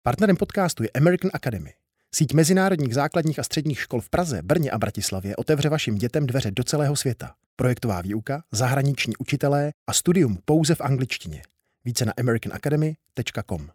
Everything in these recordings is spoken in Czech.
Partnerem podcastu je American Academy. Síť mezinárodních základních a středních škol v Praze, Brně a Bratislavě otevře vašim dětem dveře do celého světa. Projektová výuka, zahraniční učitelé a studium pouze v angličtině. Více na americanacademy.com.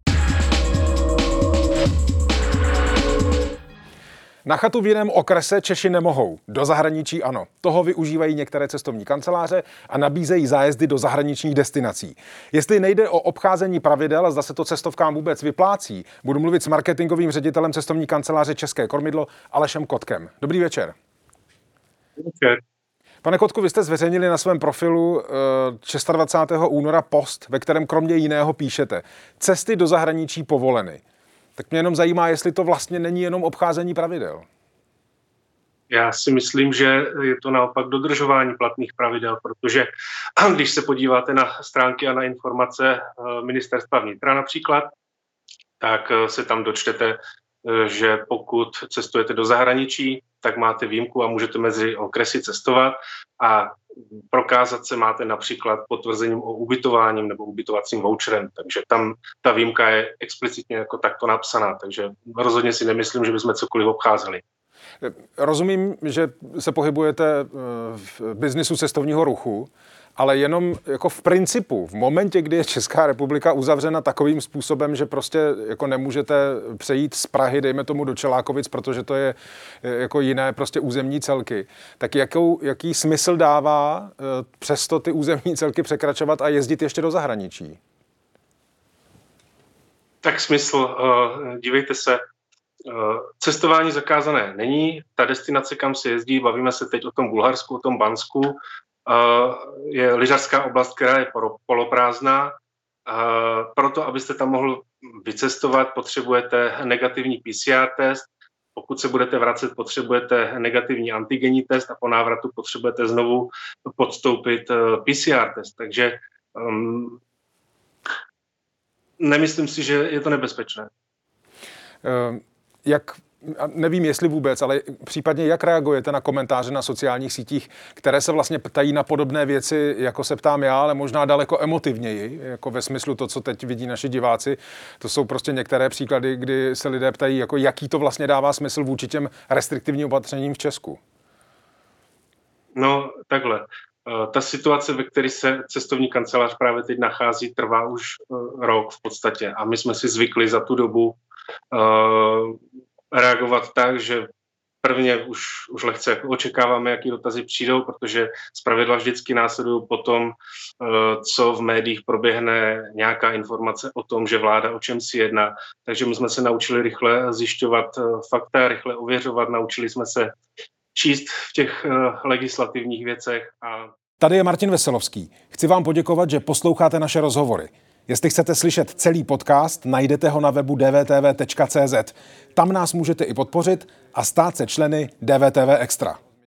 Na chatu v jiném okrese Češi nemohou, do zahraničí ano. Toho využívají některé cestovní kanceláře a nabízejí zájezdy do zahraničních destinací. Jestli nejde o obcházení pravidel a zda se to cestovkám vůbec vyplácí, budu mluvit s marketingovým ředitelem cestovní kanceláře České kormidlo Alešem Kotkem. Dobrý večer. Večer. Pane Kotku, vy jste zveřejnili na svém profilu 26. února post, ve kterém kromě jiného píšete: cesty do zahraničí povoleny. Tak mě jenom zajímá, jestli to vlastně není jenom obcházení pravidel. Já si myslím, že je to naopak dodržování platných pravidel, protože když se podíváte na stránky a na informace Ministerstva vnitra například, tak se tam dočtete, že pokud cestujete do zahraničí, tak máte výjimku a můžete mezi okresy cestovat a prokázat se máte například potvrzením o ubytováním nebo ubytovacím voucherem. Takže tam ta výjimka je explicitně jako takto napsaná. Takže rozhodně si nemyslím, že bychom cokoliv obcházeli. Rozumím, že se pohybujete v biznisu cestovního ruchu, ale jenom jako v principu, v momentě, kdy je Česká republika uzavřena takovým způsobem, že prostě jako nemůžete přejít z Prahy, dejme tomu do Čelákovic, protože to je jako jiné prostě územní celky, tak jaký smysl dává přesto ty územní celky překračovat a jezdit ještě do zahraničí? Tak smysl, dívejte se, cestování zakázané není. Ta destinace, kam se jezdí, bavíme se teď o tom Bulharsku, o tom Bansku, je lyžařská oblast, která je poloprázdná. Proto, abyste tam mohl vycestovat, potřebujete negativní PCR test. Pokud se budete vracet, potřebujete negativní antigenní test a po návratu potřebujete znovu podstoupit PCR test. Takže nemyslím si, že je to nebezpečné. Nevím, jestli vůbec, ale případně jak reagujete na komentáře na sociálních sítích, které se vlastně ptají na podobné věci, jako se ptám já, ale možná daleko emotivněji, jako ve smyslu to, co teď vidí naši diváci. To jsou prostě některé příklady, kdy se lidé ptají, jako jaký to vlastně dává smysl vůči těm restriktivním opatřením v Česku. No, takhle. Ta situace, ve které se cestovní kancelář právě teď nachází, trvá už rok v podstatě a my jsme si zvykli za tu dobu reagovat tak, že prvně už lehce jako očekáváme, jaký dotazy přijdou, protože zpravidla vždycky následují potom, co v médiích proběhne nějaká informace o tom, že vláda o čem si jedná. Takže my jsme se naučili rychle zjišťovat fakta, rychle ověřovat, naučili jsme se číst v těch legislativních věcech. Tady je Martin Veselovský. Chci vám poděkovat, že posloucháte naše rozhovory. Jestli chcete slyšet celý podcast, najdete ho na webu dvtv.cz. Tam nás můžete i podpořit a stát se členy DVTV Extra.